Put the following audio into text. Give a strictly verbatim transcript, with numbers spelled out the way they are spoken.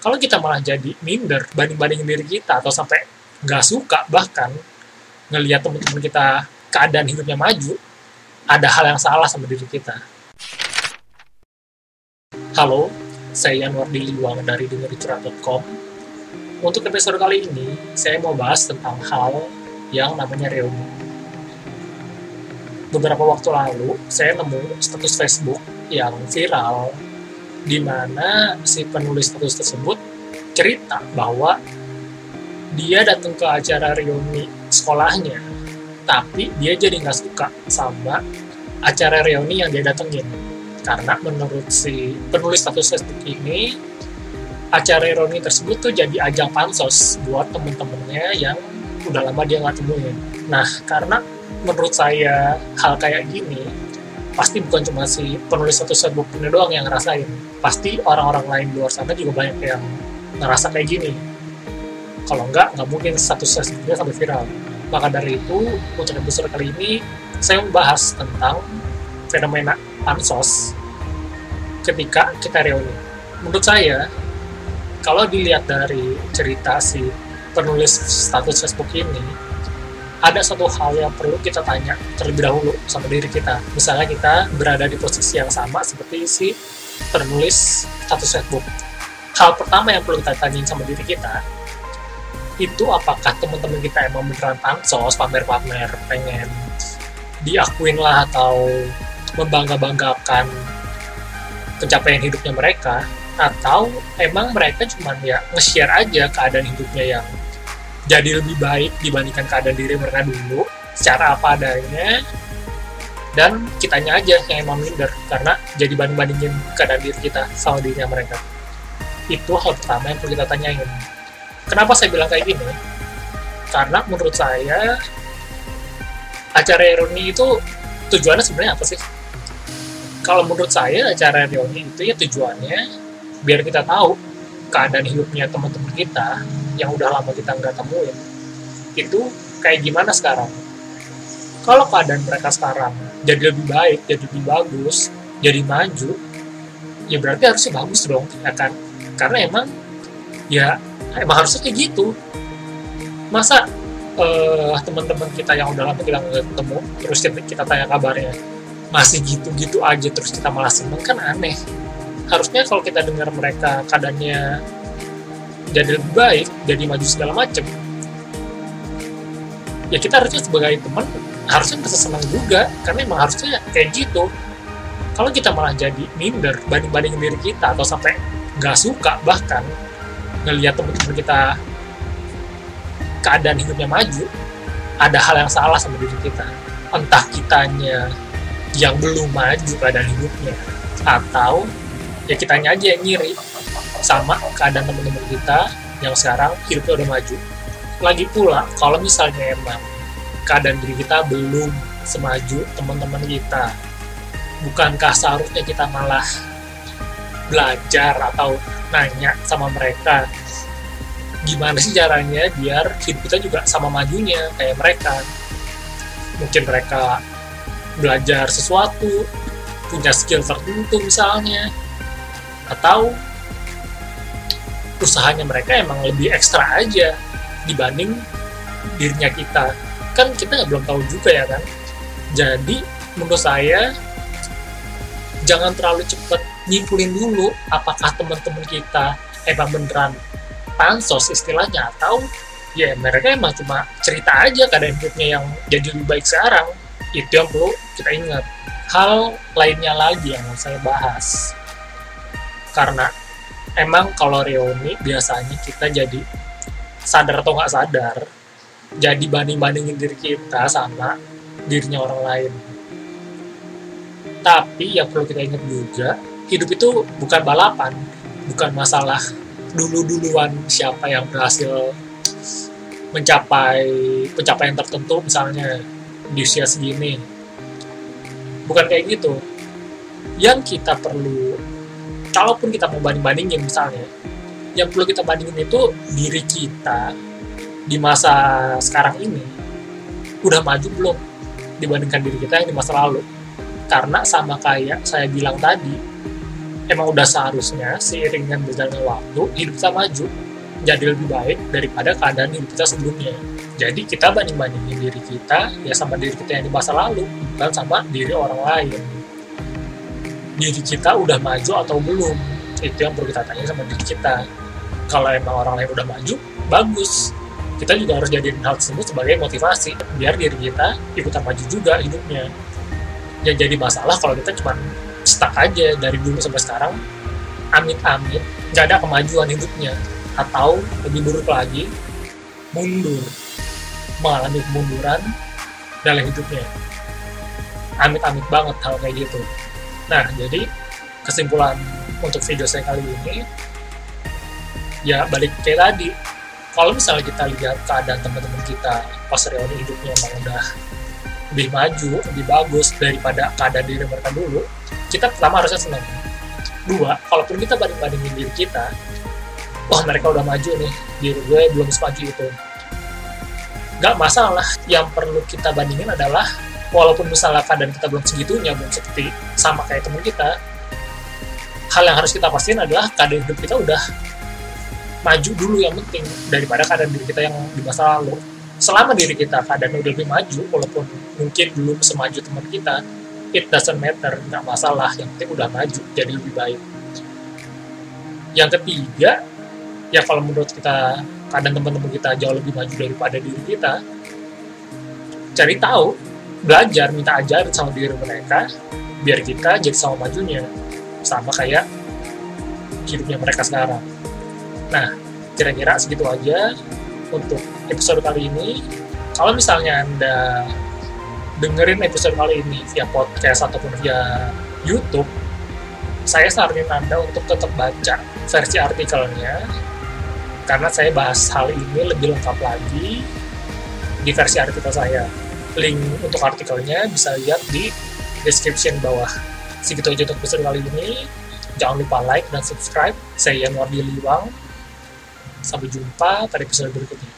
Kalau kita malah jadi minder, banding-bandingin diri kita, atau sampai nggak suka bahkan ngelihat teman-teman kita keadaan hidupnya maju, ada hal yang salah sama diri kita. Halo, saya Yanwar Diliwang dari dengericurhat dot com. Untuk episode kali ini, saya mau bahas tentang hal yang namanya reuni. Beberapa waktu lalu, saya nemu status Facebook yang viral, di mana si penulis status tersebut cerita bahwa dia datang ke acara reuni sekolahnya, tapi dia jadi nggak suka sama acara reuni yang dia datengin. Karena menurut si penulis status Facebook ini, acara reuni tersebut tuh jadi ajang pansos buat temen-temennya yang udah lama dia nggak temuin. Nah, karena menurut saya hal kayak gini, pasti bukan cuma si penulis status Facebook ini doang yang ngerasain. Pasti orang-orang lain di luar sana juga banyak yang ngerasa kayak gini. Kalau enggak, nggak mungkin status Facebooknya sampai viral. Maka dari itu, untuk episode kali ini, saya membahas tentang fenomena pansos ketika kita reuni. Menurut saya, kalau dilihat dari cerita si penulis status Facebook ini, ada satu hal yang perlu kita tanya terlebih dahulu sama diri kita. Misalnya kita berada di posisi yang sama seperti si penulis status Facebook. Hal pertama yang perlu kita tanyain sama diri kita, itu apakah teman-teman kita emang beneran pansos, pamer-pamer, pengen diakuin lah atau membangga-banggakan pencapaian hidupnya mereka, atau emang mereka cuma ya nge-share aja keadaan hidupnya yang jadi lebih baik dibandingkan keadaan diri mereka dulu secara apa adanya, dan kitanya aja yang emang minder karena jadi banding-bandingin keadaan diri kita sama dirinya mereka. Itu hal pertama yang perlu kita tanyain. Kenapa saya bilang kayak gini? Karena menurut saya acara reuni itu tujuannya sebenarnya apa sih? Kalau menurut saya acara reuni itu ya tujuannya biar kita tahu keadaan hidupnya teman-teman kita yang udah lama kita nggak temuin itu kayak gimana sekarang. Kalau keadaan mereka sekarang jadi lebih baik, jadi lebih bagus, jadi maju, ya berarti harusnya bagus dong, ya kan? Karena emang ya emang harusnya kayak gitu. Masa uh, teman-teman kita yang udah lama kita nggak ketemu terus kita, kita tanya kabarnya masih gitu-gitu aja terus kita malah seneng, kan aneh. Harusnya kalau kita dengar mereka keadaannya jadi lebih baik, jadi maju segala macem, ya kita harusnya sebagai teman harusnya bisa senang juga, karena emang harusnya kayak gitu. Kalau kita malah jadi minder, banding-bandingin diri kita, atau sampai nggak suka bahkan ngelihat teman-teman kita keadaan hidupnya maju, ada hal yang salah sama diri kita. Entah kitanya yang belum maju keadaan hidupnya, atau ya kitanya aja yang ngiri sama keadaan teman-teman kita yang sekarang hidupnya udah maju. Lagi pula, kalau misalnya emang keadaan diri kita belum semaju teman-teman kita, bukankah seharusnya kita malah belajar atau nanya sama mereka gimana sih caranya biar hidup kita juga sama majunya kayak mereka? Mungkin mereka belajar sesuatu, punya skill tertentu misalnya, atau usahanya mereka emang lebih ekstra aja dibanding dirinya kita. Kan kita nggak belum tahu juga ya kan. Jadi menurut saya jangan terlalu cepat nyimpulin dulu apakah teman-teman kita emang beneran pansos istilahnya, atau ya mereka emang cuma cerita aja keadaan hidupnya yang jadi lebih baik sekarang. Itu yang perlu kita ingat. Hal lainnya lagi yang mau saya bahas, karena emang kalau reuni biasanya kita jadi sadar atau nggak sadar jadi banding-bandingin diri kita sama dirinya orang lain. Tapi yang perlu kita ingat juga, hidup itu bukan balapan, bukan masalah dulu-duluan siapa yang berhasil mencapai pencapaian tertentu misalnya di usia segini. Bukan kayak gitu. Yang kita perlu, kalaupun kita mau banding-bandingin misalnya, yang perlu kita bandingin itu diri kita di masa sekarang ini udah maju belum dibandingkan diri kita yang di masa lalu. Karena sama kayak saya bilang tadi, emang udah seharusnya seiring dengan berjalannya waktu hidup kita maju jadi lebih baik daripada keadaan hidup kita sebelumnya. Jadi kita banding-bandingin diri kita ya sama diri kita yang di masa lalu, bukan sama diri orang lain. Diri kita udah maju atau belum, itu yang perlu kita tanya sama diri kita. Kalau emang orang lain udah maju, bagus, kita juga harus jadiin hal tersebut sebagai motivasi biar diri kita ikutan maju juga hidupnya. Yang jadi masalah kalau kita cuma stuck aja dari dulu sampai sekarang, amit-amit nggak ada kemajuan hidupnya, atau lebih buruk lagi, mundur, mengalami kemunduran dalam hidupnya. Amit-amit banget hal kayak gitu. Nah, jadi kesimpulan untuk video saya kali ini, ya balik kayak tadi, kalau misalnya kita lihat keadaan teman-teman kita pas reuni hidupnya emang udah lebih maju, lebih bagus daripada keadaan diri mereka dulu, kita pertama harusnya senang. Dua, kalaupun kita banding-bandingin diri kita, wah mereka udah maju nih, diri gue belum semaju itu, gak masalah. Yang perlu kita bandingin adalah, walaupun misalnya keadaan kita belum segitunya, belum seperti sama kayak teman kita, hal yang harus kita pastiin adalah keadaan hidup kita udah maju dulu yang penting, daripada keadaan diri kita yang di masa lalu. Selama diri kita keadaan udah lebih maju, walaupun mungkin belum semaju teman kita, it doesn't matter, nggak masalah, yang penting udah maju, jadi lebih baik. Yang ketiga, ya kalau menurut kita keadaan teman-teman kita jauh lebih maju daripada diri kita, cari tahu, belajar, minta ajarin sama diri mereka, biar kita jadi sama majunya, sama kayak hidupnya mereka sekarang. Nah, kira-kira segitu aja untuk episode kali ini. Kalau misalnya Anda dengerin episode kali ini via podcast ataupun via YouTube, saya saranin Anda untuk tetap baca versi artikelnya, karena saya bahas hal ini lebih lengkap lagi di versi artikel saya. Link untuk artikelnya bisa lihat di description bawah. Segitu aja untuk episode kali ini. Jangan lupa like dan subscribe. Saya Yanuar Liwang. Sampai jumpa pada episode berikutnya.